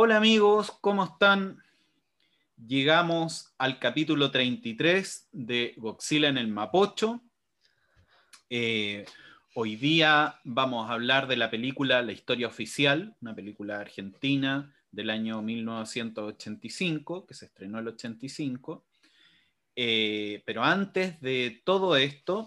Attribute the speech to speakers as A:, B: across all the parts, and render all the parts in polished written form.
A: Hola amigos, ¿cómo están? Llegamos al capítulo 33 de Godzilla en el Mapocho. Eh, Hoy día vamos a hablar de la película La Historia Oficial, una película argentina del año 1985, que se estrenó el 85. Pero antes de todo esto,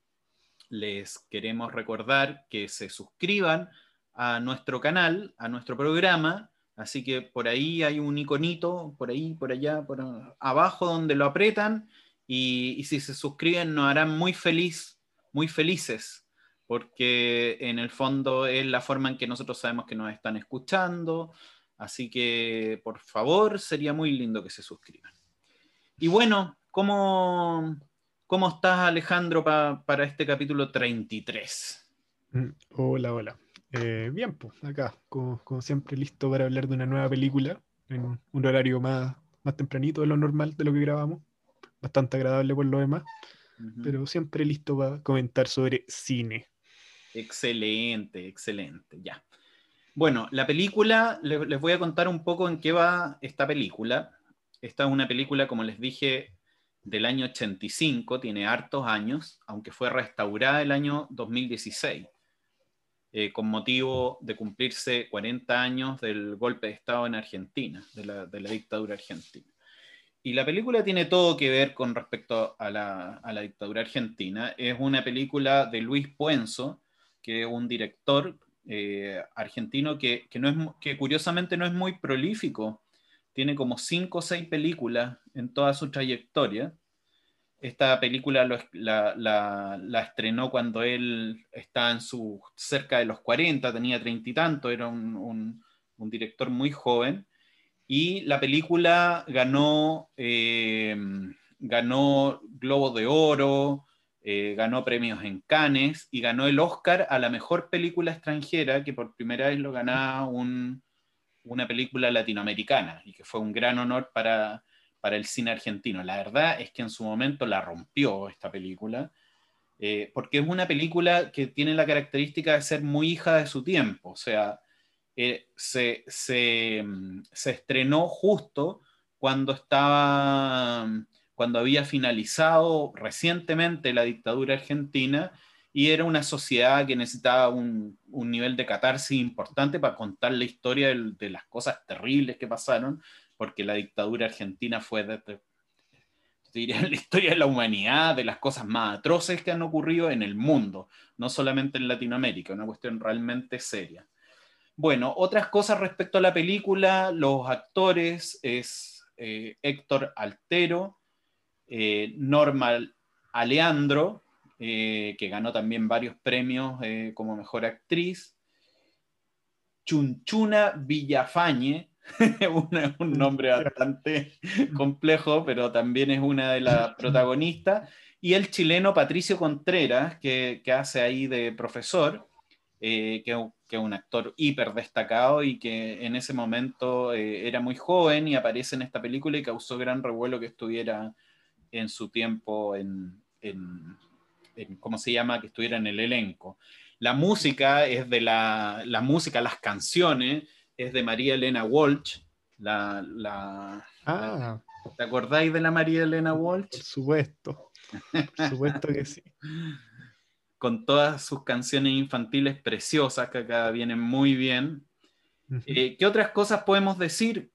A: les queremos recordar que se suscriban a nuestro canal, a nuestro programa. Así que por ahí hay un iconito, por ahí, por allá, por abajo donde lo apretan y si se suscriben nos harán muy felices, porque en el fondo es la forma en que nosotros sabemos que nos están escuchando. Así que por favor sería muy lindo que se suscriban. Y bueno, ¿cómo estás, Alejandro, para este capítulo 33?
B: Hola, hola. Bien, pues acá, como siempre, listo para hablar de una nueva película en un horario más tempranito de lo normal de lo que grabamos. Bastante agradable por lo demás,
A: Ujú.
B: pero siempre listo para comentar sobre cine.
A: Excelente, excelente, ya. Bueno, la película, les voy a contar un poco en qué va esta película. Esta es una película, como les dije, del año 85, tiene hartos años, aunque fue restaurada el año 2016. Con motivo de cumplirse 40 años del golpe de Estado en Argentina, de la dictadura argentina. Y la película tiene todo que ver con respecto a la dictadura argentina. Es una película de Luis Puenzo, que es un director argentino que curiosamente no es muy prolífico. Tiene como 5 o 6 películas en toda su trayectoria. Esta película la estrenó cuando él estaba cerca de los 40, tenía 30 y tanto, era un director muy joven. Y la película ganó Globo de Oro, ganó premios en Cannes y ganó el Oscar a la mejor película extranjera, que por primera vez lo ganaba una película latinoamericana y que fue un gran honor para el cine argentino. La verdad es que en su momento la rompió esta película, porque es una película que tiene la característica de ser muy hija de su tiempo. O sea, se estrenó justo cuando cuando había finalizado recientemente la dictadura argentina y era una sociedad que necesitaba un nivel de catarsis importante para contar la historia de las cosas terribles que pasaron, porque la dictadura argentina fue, diría, la historia de la humanidad, de las cosas más atroces que han ocurrido en el mundo, no solamente en Latinoamérica, una cuestión realmente seria. Bueno, otras cosas respecto a la película, los actores es Héctor Altero, Norma Aleandro, que ganó también varios premios como mejor actriz, Chunchuna Villafañe, un nombre
B: Ya.
A: bastante complejo, pero también es una de las protagonistas, y el chileno Patricio Contreras, que hace ahí de profesor, que es un actor hiper destacado y que en ese momento era muy joven y aparece en esta película y causó gran revuelo que estuviera en su tiempo ¿cómo se llama? Que estuviera en el elenco. La música es la música, las canciones, es de María Elena Walsh. La, la, la-
B: Ah,
A: ¿Te acordáis de la María Elena Walsh?
B: por supuesto que sí.
A: Con todas sus canciones infantiles preciosas que acá vienen muy bien.
B: Ujú.
A: ¿Qué otras cosas podemos decir?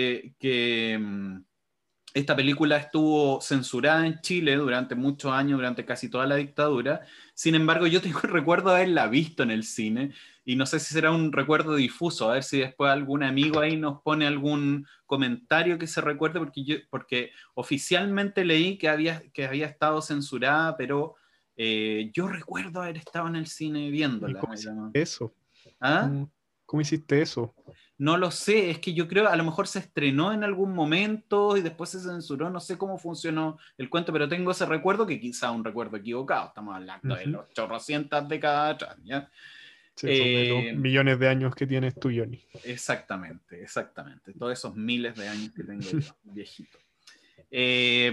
A: Que esta película estuvo censurada en Chile durante muchos años, durante casi toda la dictadura. Sin embargo, yo tengo el recuerdo de haberla visto en el cine y no sé si será un recuerdo difuso, a ver si después algún amigo ahí nos pone algún comentario que se recuerde, porque oficialmente leí que había estado censurada, pero yo recuerdo haber estado en el cine
B: ¿Y
A: viéndola.
B: cómo hiciste eso?
A: ¿Ah?
B: ¿Cómo hiciste eso?
A: No lo sé, es que yo creo a lo mejor se estrenó en algún momento y después se censuró, no sé cómo funcionó el cuento, pero tengo ese recuerdo que quizá un recuerdo equivocado, estamos hablando de
B: Ujú.
A: los chorrocientas décadas atrás, ¿ya?
B: Sí, eso de los
A: Eh,
B: millones de años que tienes tú, Johnny.
A: Exactamente, exactamente, todos esos miles de años que tengo yo, viejito. Eh,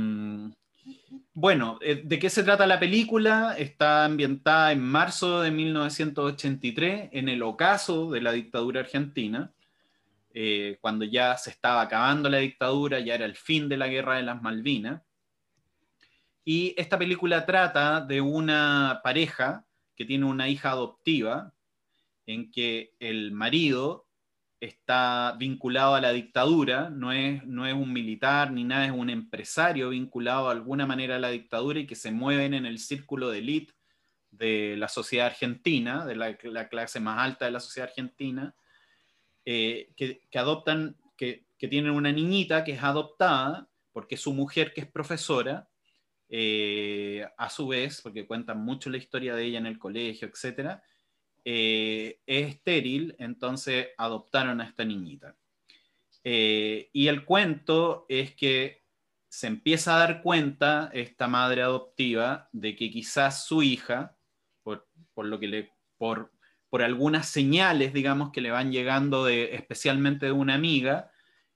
A: bueno, ¿de qué se trata la película? Está ambientada en marzo de 1983, en el ocaso de la dictadura argentina. cuando ya se estaba acabando la dictadura, ya era el fin de la Guerra de las Malvinas. Y esta película trata de una pareja que tiene una hija adoptiva, en que el marido está vinculado a la dictadura, no es un militar ni nada, es un empresario vinculado de alguna manera a la dictadura y que se mueven en el círculo de élite de la sociedad argentina, de la clase más alta de la sociedad argentina, que adoptan, que tienen una niñita que es adoptada porque su mujer, que es profesora, a su vez, porque cuentan mucho la historia de ella en el colegio, etcétera, es estéril, entonces adoptaron a esta niñita. Y el cuento es que se empieza a dar cuenta esta madre adoptiva de que quizás su hija, por lo que por algunas señales, digamos, que le van llegando especialmente de una amiga,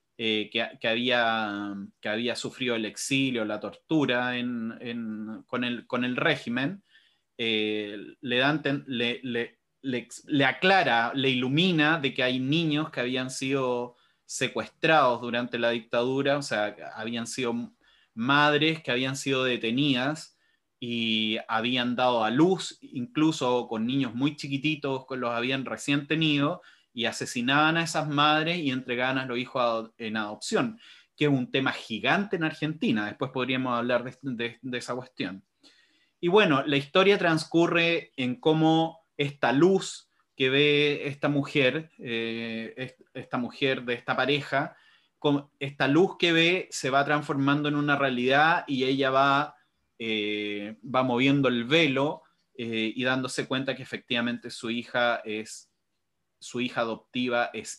A: que había sufrido el exilio, la tortura con el régimen, le aclara, le ilumina de que hay niños que habían sido secuestrados durante la dictadura, o sea, habían sido madres que habían sido detenidas y habían dado a luz, incluso con niños muy chiquititos, que los habían recién tenido, y asesinaban a esas madres y entregaban a los hijos en adopción, que es un tema gigante en Argentina. Después podríamos hablar de esa cuestión. Y bueno, la historia transcurre en cómo esta luz que ve esta mujer de esta pareja, esta luz que ve se va transformando en una realidad y ella va moviendo el velo y dándose cuenta que efectivamente su hija adoptiva es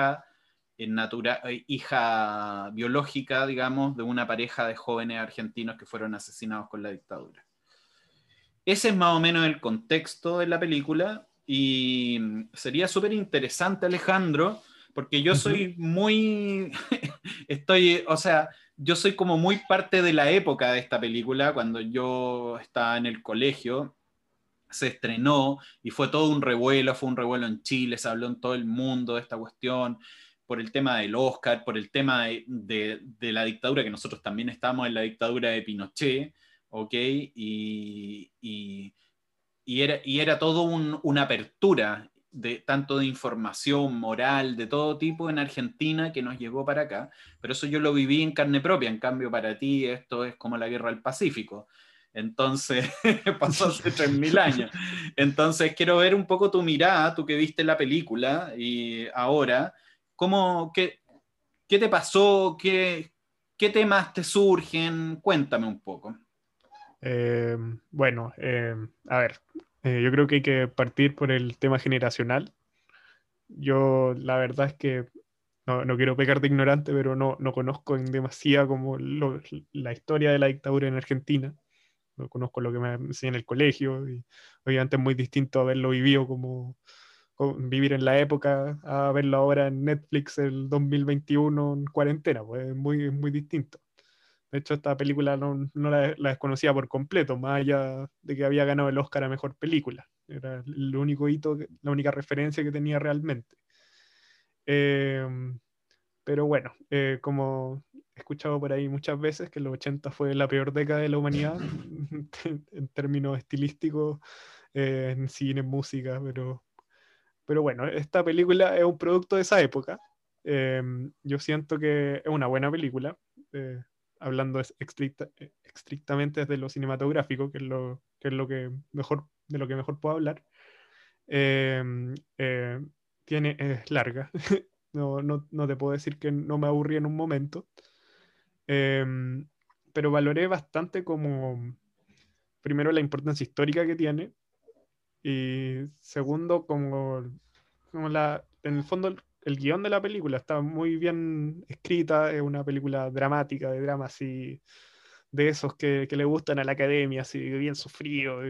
A: hija biológica, digamos, de una pareja de jóvenes argentinos que fueron asesinados con la dictadura. Ese es más o menos el contexto de la película y sería súper interesante, Alejandro, porque yo soy muy, o sea, yo soy como muy parte de la época de esta película, cuando yo estaba en el colegio, se estrenó y fue todo un revuelo, fue un revuelo en Chile, se habló en todo el mundo de esta cuestión, por el tema del Oscar, por el tema de la dictadura, que nosotros también estábamos en la dictadura de Pinochet, ¿ok? Y era todo una apertura tanto de información moral, de todo tipo en Argentina que nos llegó para acá, pero eso yo lo viví en carne propia, en cambio para ti esto es como la guerra del Pacífico. Entonces, pasó hace 3.000 años. Entonces, quiero ver un poco tu mirada, tú que viste la película y ahora, ¿qué te pasó? ¿Qué temas te surgen? Cuéntame un poco.
B: Bueno, a ver, yo creo que hay que partir por el tema generacional. Yo la verdad es que no quiero pecar de ignorante, pero no conozco en demasía como la historia de la dictadura en Argentina. No conozco lo que me enseñan en el colegio y obviamente es muy distinto haberlo vivido como vivir en la época a verlo ahora en Netflix el 2021 en cuarentena, pues es muy distinto. De hecho, esta película no la desconocía por completo, más allá de que había ganado el Oscar a Mejor Película. Era el único hito, la única referencia que tenía realmente. Eh, pero bueno, como he escuchado por ahí muchas veces que los 80 fue la peor década de la humanidad en términos estilísticos, en cine, en música, pero bueno, esta película es un producto de esa época. Yo siento que es una buena película, hablando estrictamente desde lo cinematográfico, que es lo que mejor, de lo que mejor puedo hablar. Eh, eh, es larga. No te puedo decir que no me aburrí en un momento. Em, pero valoré bastante como, primero, la importancia histórica que tiene y segundo, en el fondo, el guión de la película está muy bien escrita, es una película dramática, de drama así, de esos que le gustan a la academia, así, bien sufrido.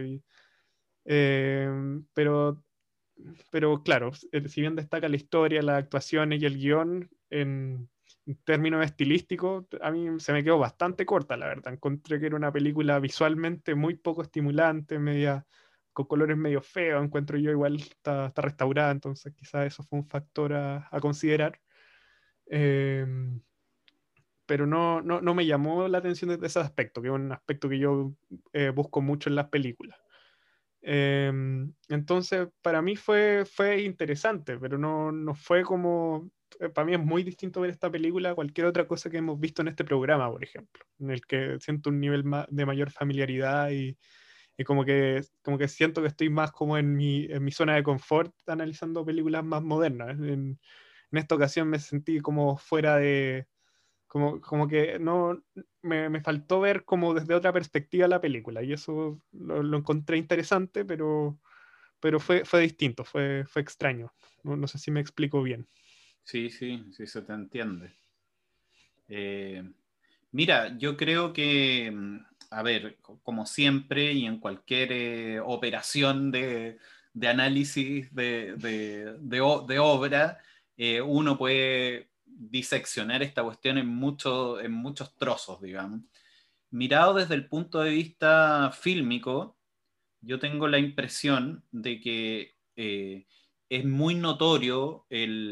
B: Pero claro, si bien destaca la historia, las actuaciones y el guión, en términos estilísticos, a mí se me quedó bastante corta, la verdad. Encontré que era una película visualmente muy poco estimulante, con colores medio feos, encuentro yo, igual está restaurada, entonces quizás eso fue un factor a considerar. Eh, pero no me llamó la atención desde ese aspecto, que es un aspecto que yo busco mucho en las películas. Entonces, para mí fue interesante, pero no fue como... Para mí es muy distinto ver esta película a cualquier otra cosa que hemos visto en este programa, por ejemplo, en el que siento un nivel de mayor familiaridad y como que siento que estoy más como en mi zona de confort analizando películas más modernas. En esta ocasión me sentí como fuera de... Como que no me faltó ver como desde otra perspectiva la película y eso lo encontré interesante, pero fue distinto, fue extraño. No sé si me explico bien.
A: Sí, sí, sí se te entiende. Eh, Mira, yo creo que, a ver, como siempre y en cualquier operación de análisis de obra, uno puede diseccionar esta cuestión en muchos trozos, digamos. Mirado desde el punto de vista fílmico, yo tengo la impresión de que es muy notorio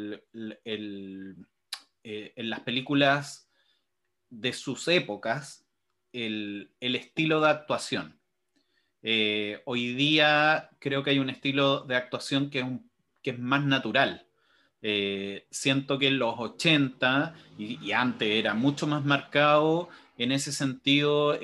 A: en las películas de sus épocas el estilo de actuación. Hoy día creo que hay un estilo de actuación que es más natural. Siento que en los 80 y antes era mucho más marcado en ese sentido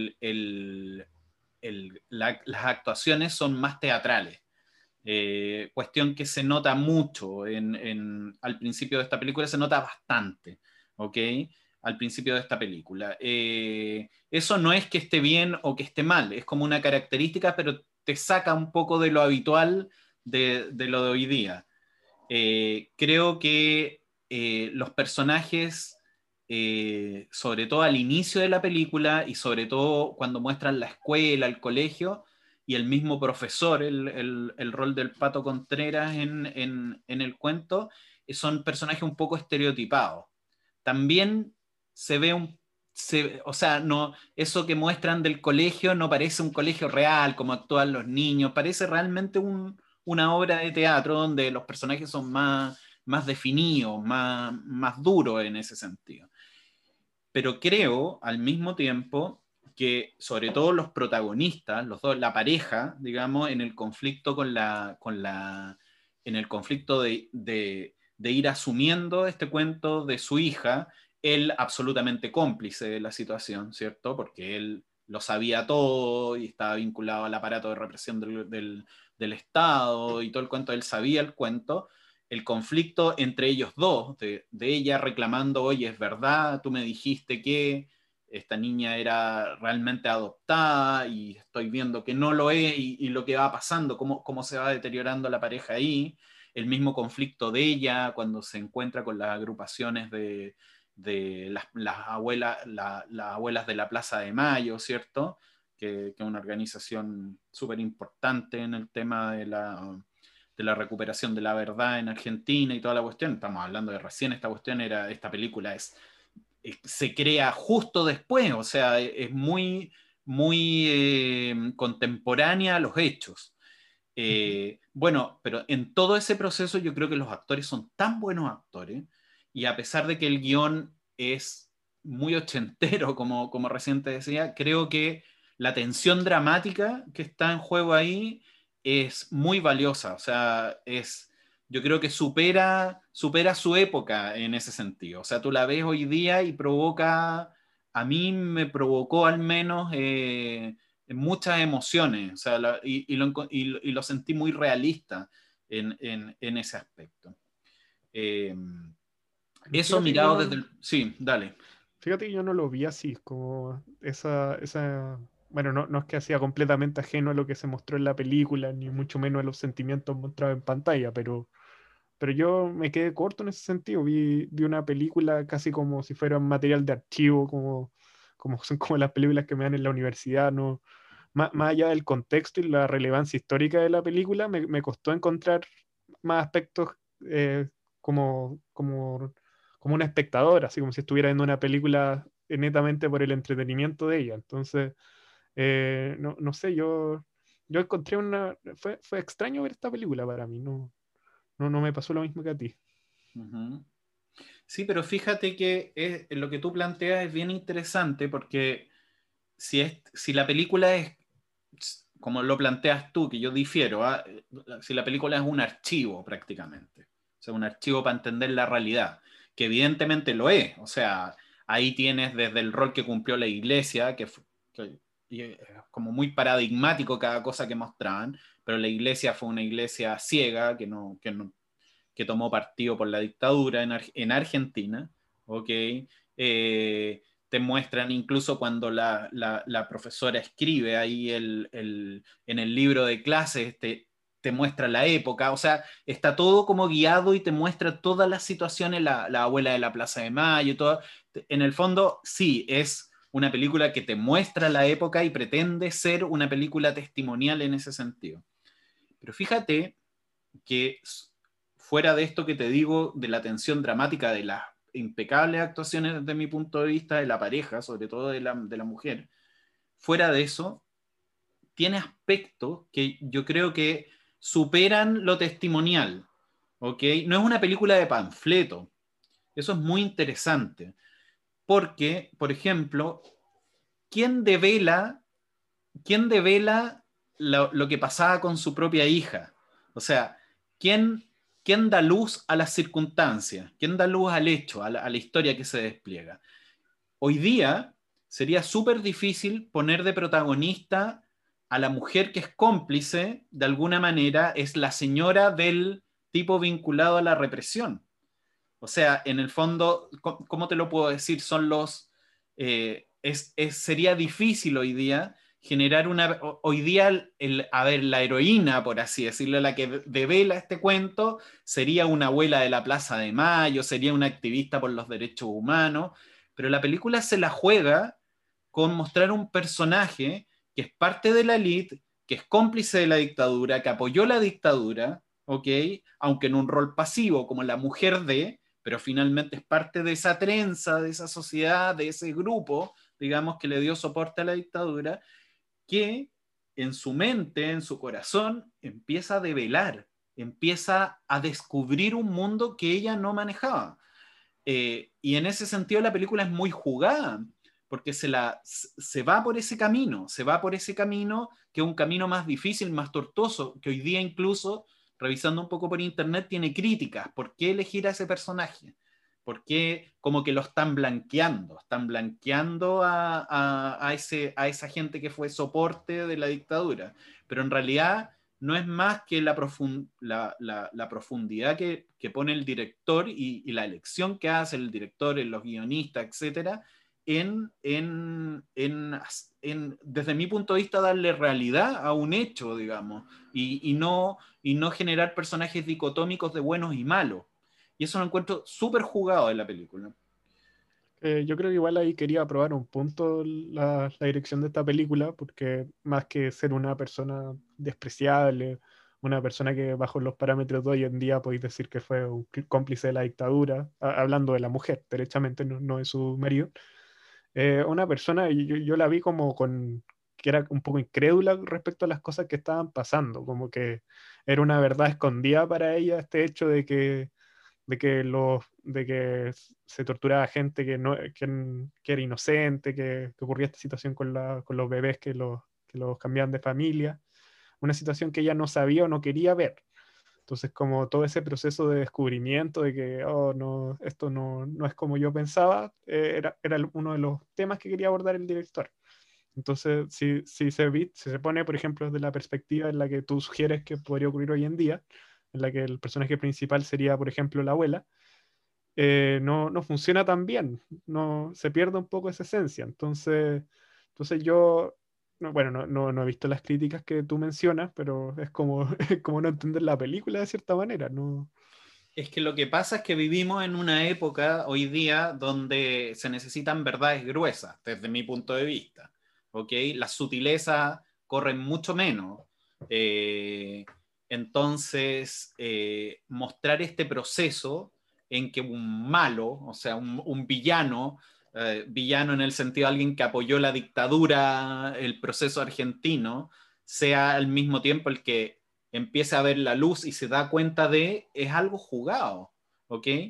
A: las actuaciones son más teatrales. Cuestión que se nota mucho al principio de esta película, se nota bastante, ¿ok? Al principio de esta película. Eso no es que esté bien o que esté mal, es como una característica, pero te saca un poco de lo habitual de lo de hoy día. Creo que los personajes, sobre todo al inicio de la película y sobre todo cuando muestran la escuela, el colegio y el mismo profesor, el rol del Pato Contreras en el cuento, son personajes un poco estereotipados. También se ve o sea, no, eso que muestran del colegio no parece un colegio real, como actúan los niños, parece realmente una obra de teatro donde los personajes son más definidos, más duros en ese sentido. Pero creo al mismo tiempo que sobre todo los protagonistas, los dos, la pareja, digamos, en el conflicto en el conflicto de ir asumiendo este cuento de su hija, él absolutamente cómplice de la situación, ¿cierto? Porque él lo sabía todo y estaba vinculado al aparato de represión del Estado y todo el cuento, él sabía el cuento, el conflicto entre ellos dos, de ella reclamando, oye, es verdad, tú me dijiste que esta niña era realmente adoptada y estoy viendo que no lo es y lo que va pasando, cómo se va deteriorando la pareja ahí, el mismo conflicto de ella cuando se encuentra con las agrupaciones de las abuelas de la Plaza de Mayo, ¿cierto? Que es una organización súper importante en el tema de la recuperación de la verdad en Argentina y toda la cuestión. Estamos hablando de recién esta cuestión, esta película se crea justo después, o sea, es muy contemporánea a los hechos. Bueno, pero en todo ese proceso yo creo que los actores son tan buenos actores y a pesar de que el guión es muy ochentero, como recién te decía, creo que la tensión dramática que está en juego ahí es muy valiosa, o sea, yo creo que supera su época en ese sentido, o sea, tú la ves hoy día y a mí me provocó al menos muchas emociones, o sea, y lo sentí muy realista en ese aspecto. Eh, Eso
B: Fíjate que yo
A: mirado
B: no,
A: desde el... Sí, dale.
B: fíjate que yo no lo vi así, como bueno, no es que sea completamente ajeno a lo que se mostró en la película, ni mucho menos a los sentimientos mostrados en pantalla, pero yo me quedé corto en ese sentido. Vi una película casi como si fuera un material de archivo, como son como las películas que me dan en la universidad. No, más allá del contexto y la relevancia histórica de la película, me costó encontrar más aspectos eh, como un espectador, así como si estuviera viendo una película netamente por el entretenimiento de ella. Entonces, no sé, yo encontré fue extraño ver esta película para mí. No me pasó lo mismo que a ti.
A: Ujú. Sí, pero fíjate que lo que tú planteas es bien interesante porque si la película es como lo planteas tú, que yo difiero, ¿ah? Si la película es un archivo prácticamente, o sea, un archivo para entender la realidad, que evidentemente lo es, o sea, ahí tienes desde el rol que cumplió la iglesia, y como muy paradigmático cada cosa que mostraban, pero la iglesia fue una iglesia ciega que tomó partido por la dictadura en Argentina, ¿ok? Te muestran incluso cuando la profesora escribe ahí en el libro de clases, te muestra la época, o sea, está todo como guiado y te muestra todas las situaciones, la abuela de la Plaza de Mayo, todo. En el fondo, sí, es una película que te muestra la época y pretende ser una película testimonial en ese sentido. Pero fíjate que fuera de esto que te digo, de la tensión dramática, de las impecables actuaciones desde mi punto de vista de la pareja, sobre todo de la mujer, fuera de eso, tiene aspectos que yo creo que superan lo testimonial, ¿ok? No es una película de panfleto, eso es muy interesante, porque, por ejemplo, ¿quién devela, quién devela lo que pasaba con su propia hija? O sea, ¿quién, quién da luz a las circunstancias? ¿Quién da luz al hecho, a la historia que se despliega? Hoy día sería súper difícil poner de protagonista a la mujer que es cómplice, de alguna manera, es la señora del tipo vinculado a la represión. O sea, en el fondo, ¿cómo te lo puedo decir? Son los... sería difícil hoy día generar una... Hoy día, a ver, la heroína, por así decirlo, la que devela este cuento, sería una abuela de la Plaza de Mayo, sería una activista por los derechos humanos, pero la película se la juega con mostrar un personaje que es parte de la élite, que es cómplice de la dictadura, que apoyó la dictadura, ¿ok? Aunque en un rol pasivo, como la mujer de, pero finalmente es parte de esa trenza, de esa sociedad, de ese grupo, digamos, que le dio soporte a la dictadura, que en su mente, en su corazón, empieza a develar, empieza a descubrir un mundo que ella no manejaba. Y en ese sentido la película es muy jugada, porque se va por ese camino, se va por ese camino que es un camino más difícil, más tortuoso, que hoy día incluso, revisando un poco por internet, tiene críticas. ¿Por qué elegir a ese personaje? ¿Por qué como que lo están blanqueando? Están blanqueando a esa gente que fue soporte de la dictadura. Pero en realidad no es más que la profundidad que pone el director y la elección que hace el director, en los guionistas, etcétera, desde mi punto de vista, darle realidad a un hecho, digamos, y no generar personajes dicotómicos de buenos y malos. Y eso lo encuentro súper jugado en la película.
B: Yo creo que igual ahí quería probar un punto la dirección de esta película, porque más que ser una persona despreciable, una persona que bajo los parámetros de hoy en día podéis decir que fue un cómplice de la dictadura, hablando de la mujer, derechamente, no de su marido, una persona, y yo la vi como que era un poco incrédula respecto a las cosas que estaban pasando, como que era una verdad escondida para ella este hecho de que se torturaba gente que era inocente, que ocurría esta situación con los bebés que los cambiaban de familia, una situación que ella no sabía o no quería ver. Entonces, como todo ese proceso de descubrimiento de que, oh, no, esto no es como yo pensaba, era uno de los temas que quería abordar el director. Entonces, si se pone, por ejemplo, desde la perspectiva en la que tú sugieres que podría ocurrir hoy en día, en la que el personaje principal sería, por ejemplo, la abuela, no funciona tan bien, no, se pierde un poco esa esencia. Entonces yo, bueno, no he visto las críticas que tú mencionas, pero es como, es como no entender la película de cierta manera, ¿no?
A: Es que lo que pasa es que vivimos en una época hoy día donde se necesitan verdades gruesas, desde mi punto de vista. ¿Ok? Las sutilezas corren mucho menos. Eh, entonces, mostrar este proceso en que un malo, o sea, un villano, villano en el sentido de alguien que apoyó la dictadura, el proceso argentino, sea al mismo tiempo el que empieza a ver la luz y se da cuenta de, es algo jugado, ¿ok?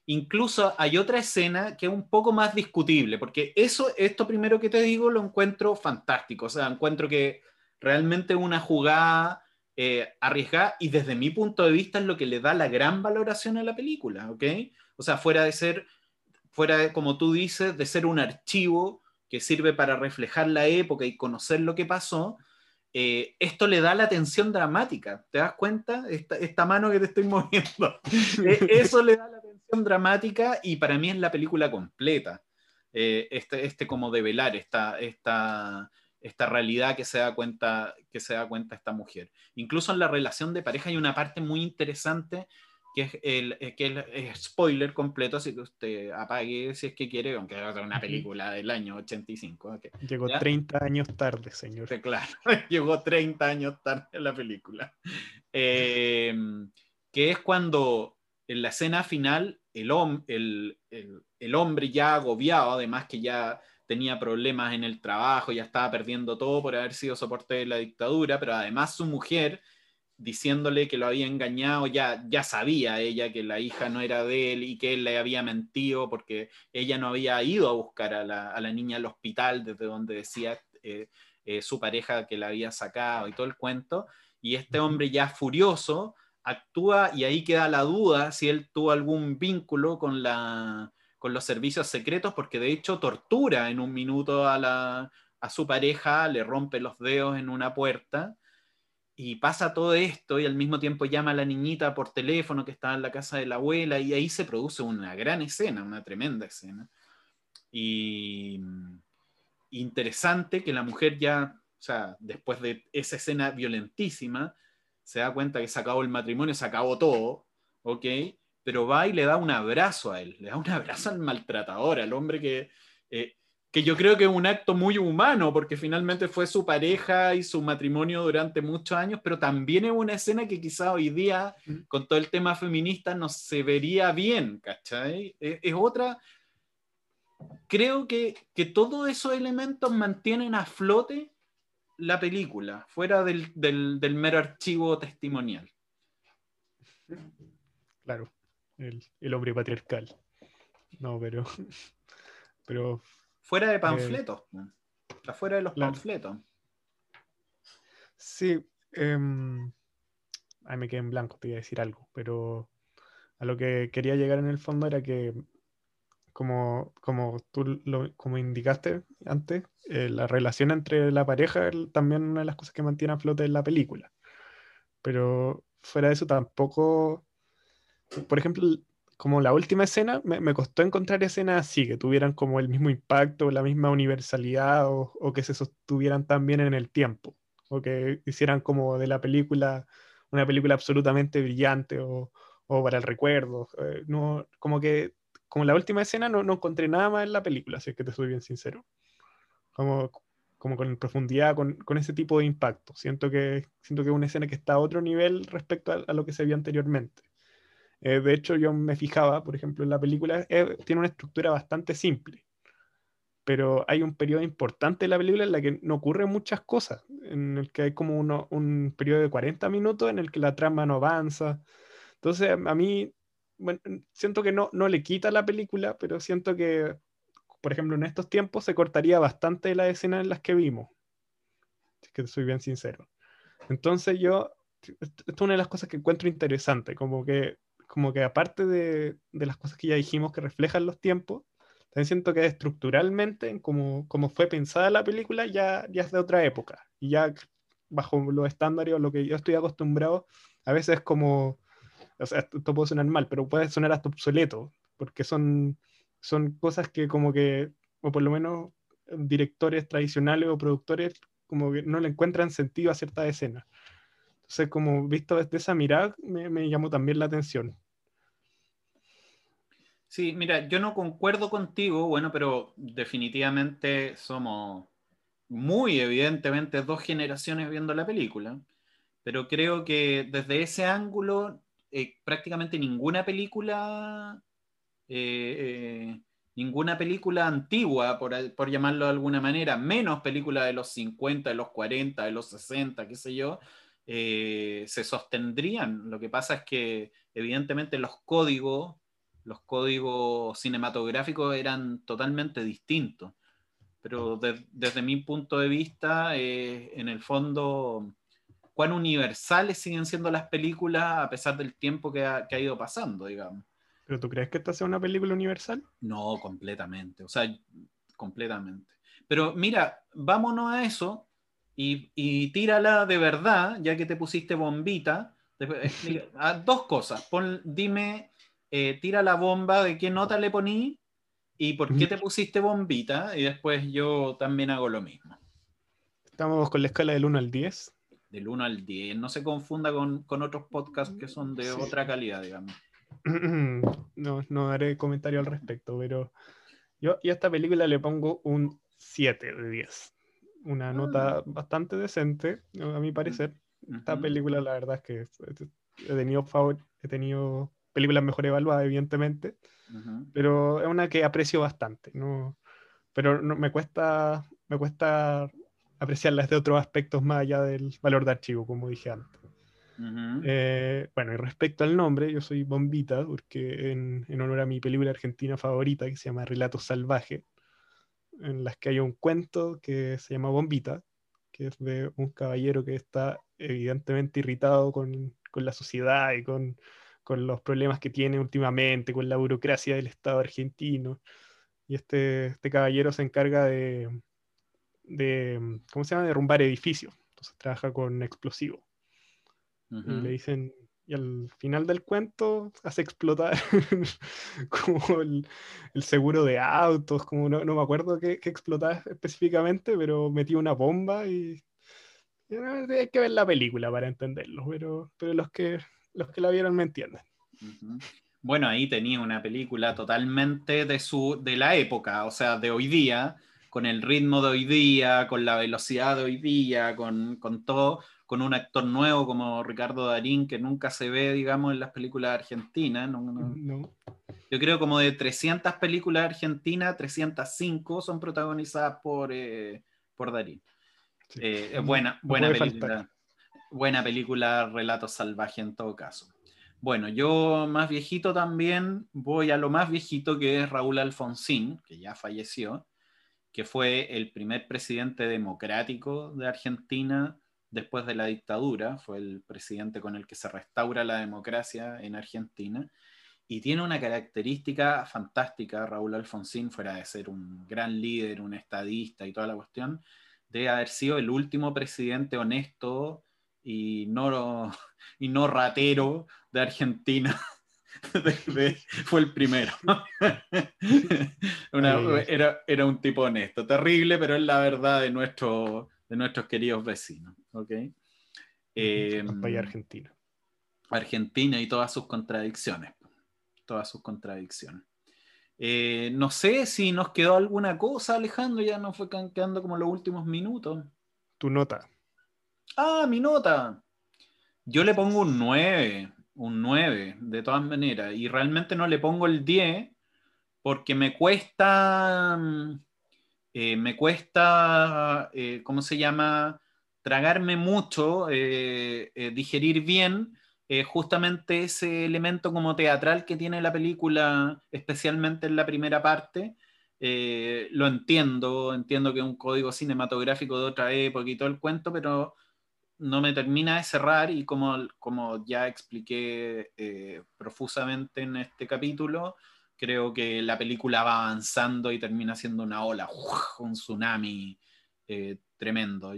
A: Incluso hay otra escena que es un poco más discutible, porque esto primero que te digo lo encuentro fantástico, o sea, encuentro que realmente es una jugada arriesgada y desde mi punto de vista es lo que le da la gran valoración a la película, ¿ok? O sea, como tú dices, de ser un archivo que sirve para reflejar la época y conocer lo que pasó, esto le da la tensión dramática. ¿Te das cuenta? Esta mano que te estoy moviendo. Eso le da la tensión dramática y para mí es la película completa. Como develar esta realidad que se da cuenta esta mujer. Incluso en la relación de pareja hay una parte muy interesante que es el spoiler completo, así que usted apague si es que quiere, aunque es una película del año 85. Okay.
B: Llegó
A: ¿Ya?
B: 30 años tarde, señor.
A: Claro, llegó 30 años tarde en la película. Eh, que es cuando en la escena final el hombre ya agobiado, además que ya tenía problemas en el trabajo, ya estaba perdiendo todo por haber sido soporte de la dictadura, pero además su mujer diciéndole que lo había engañado, ya sabía ella que la hija no era de él y que él le había mentido porque ella no había ido a buscar a la niña al hospital desde donde decía su pareja que la había sacado y todo el cuento. Y este hombre ya furioso actúa y ahí queda la duda si él tuvo algún vínculo con los servicios secretos, porque de hecho tortura en un minuto a su pareja, le rompe los dedos en una puerta y pasa todo esto y al mismo tiempo llama a la niñita por teléfono que estaba en la casa de la abuela y ahí se produce una gran escena, una tremenda escena. Y interesante que la mujer ya, o sea, después de esa escena violentísima, se da cuenta que se acabó el matrimonio, se acabó todo, ¿ok? Pero va y le da un abrazo a él, le da un abrazo al maltratador, al hombre que yo creo que es un acto muy humano, porque finalmente fue su pareja y su matrimonio durante muchos años, pero también es una escena que quizá hoy día, con todo el tema feminista, no se vería bien, ¿cachai? Es otra, creo que todos esos elementos mantienen a flote la película, fuera del mero archivo testimonial.
B: Claro, el hombre patriarcal. No, pero
A: Fuera de
B: eh,
A: panfletos, está fuera de los
B: claro.
A: panfletos.
B: Sí, ahí me quedé en blanco, te iba a decir algo, pero a lo que quería llegar en el fondo era que, como tú como indicaste antes, la relación entre la pareja es también una de las cosas que mantiene a flote en la película. Pero fuera de eso tampoco, por ejemplo, como la última escena, me costó encontrar escenas así, que tuvieran como el mismo impacto, la misma universalidad o que se sostuvieran tan bien en el tiempo, o que hicieran como de la película una película absolutamente brillante o para el recuerdo. No, como la última escena no encontré nada más en la película, si es que te soy bien sincero. Como, como con profundidad, con ese tipo de impacto. Siento que es una escena que está a otro nivel respecto a lo que se vio anteriormente. De hecho, yo me fijaba, por ejemplo, en la película, tiene una estructura bastante simple, pero hay un periodo importante de la película en la que no ocurren muchas cosas, en el que hay como un periodo de 40 minutos en el que la trama no avanza. Entonces, a mí, bueno, siento que no le quita a la película, pero siento que, por ejemplo, en estos tiempos se cortaría bastante de las escenas en las que vimos, si es que soy bien sincero. Entonces esto es una de las cosas que encuentro interesante, como que aparte de las cosas que ya dijimos que reflejan los tiempos, también siento que estructuralmente, en como fue pensada la película, ya es de otra época. Y ya bajo los estándares o lo que yo estoy acostumbrado, a veces como, o sea, esto puede sonar mal, pero puede sonar hasta obsoleto, porque son cosas que como que, o por lo menos directores tradicionales o productores, como que no le encuentran sentido a ciertas escenas. Entonces, como visto desde esa mirada, me llamó también la atención.
A: Sí, mira, yo no concuerdo contigo, bueno, pero definitivamente somos muy evidentemente dos generaciones viendo la película, pero creo que desde ese ángulo prácticamente ninguna película antigua, por llamarlo de alguna manera, menos películas de los 50, de los 40, de los 60, qué sé yo, se sostendrían. Lo que pasa es que evidentemente los códigos los códigos cinematográficos eran totalmente distintos. Pero desde mi punto de vista, en el fondo, cuán universales siguen siendo las películas a pesar del tiempo que ha ido pasando, digamos.
B: ¿Pero tú crees que esta sea una película universal?
A: No, completamente, o sea, completamente. Pero mira, vámonos a eso y tírala de verdad, ya que te pusiste bombita. Dos cosas. Dime, tira la bomba, de qué nota le poní y por qué te pusiste bombita, y después yo también hago lo mismo.
B: Estamos con la escala del 1 al 10.
A: Del 1 al 10. No se confunda con otros podcasts que son de
B: Sí.
A: otra calidad, digamos.
B: No haré comentario al respecto, pero yo a esta película le pongo un 7 de 10. Una
A: Ah,
B: nota bastante decente, a mi parecer. Esta
A: ujú,
B: película, la verdad es que he tenido películas mejor evaluadas, evidentemente,
A: ujú.
B: pero es una que aprecio bastante, ¿no? Pero me cuesta apreciarlas de otros aspectos más allá del valor de archivo, como dije antes.
A: Ujú.
B: Bueno, y respecto al nombre, yo soy Bombita, porque en honor a mi película argentina favorita, que se llama Relatos Salvajes, en las que hay un cuento que se llama Bombita, que es de un caballero que está evidentemente irritado con la sociedad y con los problemas que tiene últimamente, con la burocracia del Estado argentino. Y este caballero se encarga ¿cómo se llama? Derrumbar edificios. Entonces trabaja con explosivos. Y le
A: Ujú.
B: dicen, y al final del cuento hace explotar como el seguro de autos, como no me acuerdo qué explotaba específicamente, pero metía una bomba y hay que ver la película para entenderlo, pero los que la vieron me entienden.
A: Ujú. Bueno, ahí tenía una película totalmente de la época, o sea, de hoy día, con el ritmo de hoy día, con la velocidad de hoy día, con todo, con un actor nuevo como Ricardo Darín, que nunca se ve, digamos, en las películas argentinas.
B: No,
A: Yo creo como de 300 películas argentinas, 305 son protagonizadas por Darín.
B: sí,
A: Buena,
B: no
A: buena
B: puede faltar.
A: película. Buena película, Relatos Salvajes en todo caso. Bueno, yo más viejito también voy a lo más viejito, que es Raúl Alfonsín, que ya falleció, que fue el primer presidente democrático de Argentina después de la dictadura. Fue el presidente con el que se restaura la democracia en Argentina. Y tiene una característica fantástica, Raúl Alfonsín, fuera de ser un gran líder, un estadista y toda la cuestión, de haber sido el último presidente honesto y no, y no ratero de Argentina. Fue el primero.
B: Ay, ay, ay.
A: Era un tipo honesto, terrible, pero es la verdad de nuestros queridos vecinos. ¿Okay?
B: Sí,
A: Eh,
B: un país argentino.
A: Argentina y todas sus contradicciones. Todas sus contradicciones. No sé si nos quedó alguna cosa, Alejandro, ya nos fue quedando como los últimos minutos.
B: Tu nota.
A: Ah, mi nota. Yo le
B: Así
A: pongo
B: es.
A: un 9 de todas maneras, y realmente no le pongo el 10 porque me cuesta, ¿cómo se llama? Tragarme mucho, digerir bien justamente ese elemento como teatral que tiene la película, especialmente en la primera parte. Lo entiendo que es un código cinematográfico de otra época y todo el cuento, pero no me termina de cerrar, y como ya expliqué profusamente en este capítulo, creo que la película va avanzando y termina siendo una ola, un tsunami tremendo.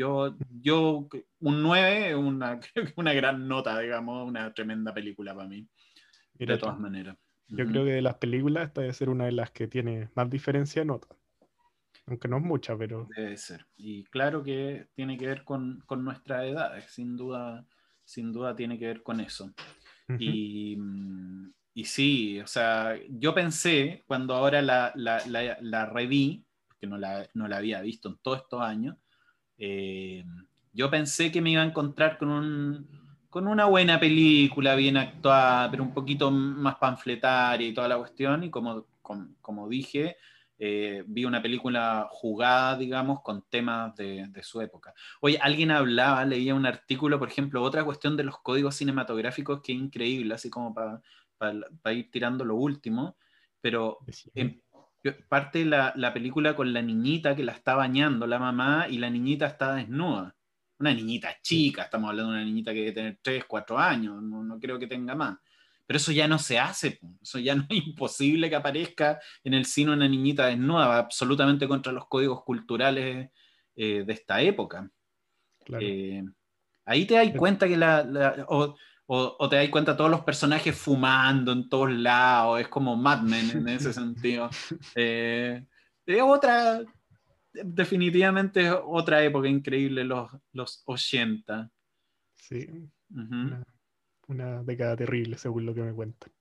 A: Un 9, creo que una gran nota, digamos, una tremenda película para mí, de
B: Mira tú.
A: todas maneras.
B: Yo
A: Ujú.
B: creo que de las películas esta debe ser una de las que tiene más diferencia de nota. Aunque no es mucha, pero
A: Debe ser. Y claro que tiene que ver con nuestras edades, sin duda tiene que ver con eso.
B: ujú.
A: Y sí, o sea, yo pensé cuando ahora la reví, porque no la había visto en todos estos años, eh, yo pensé que me iba a encontrar con una buena película, bien actuada, pero un poquito más panfletaria y toda la cuestión, y como dije, vi una película jugada, digamos, con temas de su época. Oye, alguien leía un artículo, por ejemplo, otra cuestión de los códigos cinematográficos que es increíble, así como para para ir tirando lo último, pero
B: Decime.
A: parte la película con la niñita que la está bañando la mamá y la niñita está desnuda. Una niñita
B: Sí,
A: chica, estamos hablando de una niñita que debe tener 3, 4 años, no creo que tenga más. Pero eso ya no se hace, po. Eso ya no es imposible que aparezca en el cine una niñita desnuda, va absolutamente contra los códigos culturales de esta época.
B: claro.
A: Eh, Ahí te das
B: Eh,
A: cuenta que o te das cuenta todos los personajes fumando en todos lados, es como Mad Men en ese sentido. Es otra, definitivamente es otra época increíble, los 80.
B: Sí,
A: Ujú.
B: una, una década terrible, según lo que me cuentan.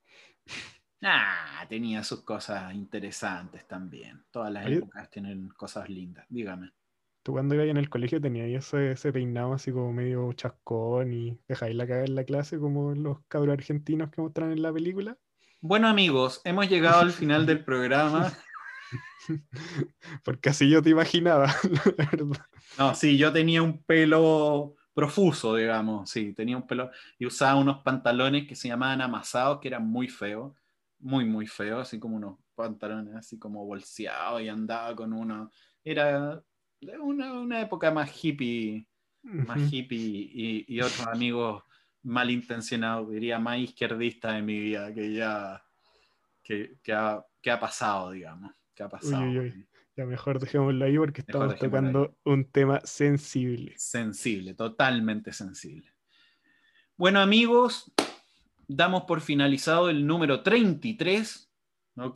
A: Tenía sus cosas interesantes también. Todas las
B: Oye,
A: épocas tienen cosas lindas, dígame.
B: ¿tú cuando ibas en el colegio tenías ese peinado así como medio chascón y dejáis la caga en la clase como los cabros argentinos que muestran en la película?
A: Bueno amigos, hemos llegado al final del programa.
B: Porque así yo te imaginaba, la verdad.
A: No, sí, yo tenía un pelo profuso, digamos, sí, tenía un pelo y usaba unos pantalones que se llamaban amasados, que eran muy feos, muy feos, así como unos pantalones así como bolseados y andaba con uno. Era una época más
B: Ujú.
A: hippie y otros amigos malintencionados, diría más izquierdista de mi vida, que ya que ha pasado, digamos, que ha
B: Uy,
A: pasado.
B: uy, uy. Ya mejor dejémoslo ahí porque
A: Mejor
B: estamos
A: dejémoslo ahí.
B: tocando un tema sensible.
A: Sensible, totalmente sensible. Bueno, amigos, damos por finalizado el número 33, ¿ok?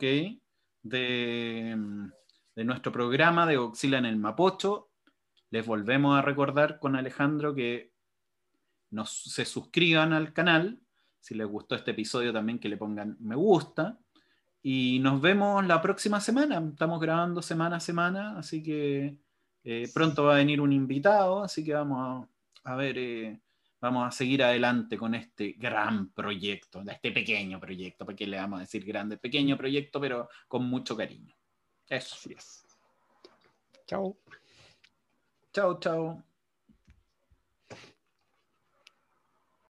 A: De, de nuestro programa de Godzilla en el Mapocho. Les volvemos a recordar con Alejandro que se suscriban al canal. Si les gustó este episodio también que le pongan me gusta. Y nos vemos la próxima semana. Estamos grabando semana a semana, así que pronto va a venir un invitado, así que vamos a ver, vamos a seguir adelante con este gran proyecto, este pequeño proyecto, porque le vamos a decir grande, pequeño proyecto, pero con mucho cariño. Eso.
B: Así es. Chao.
A: Chao, chao.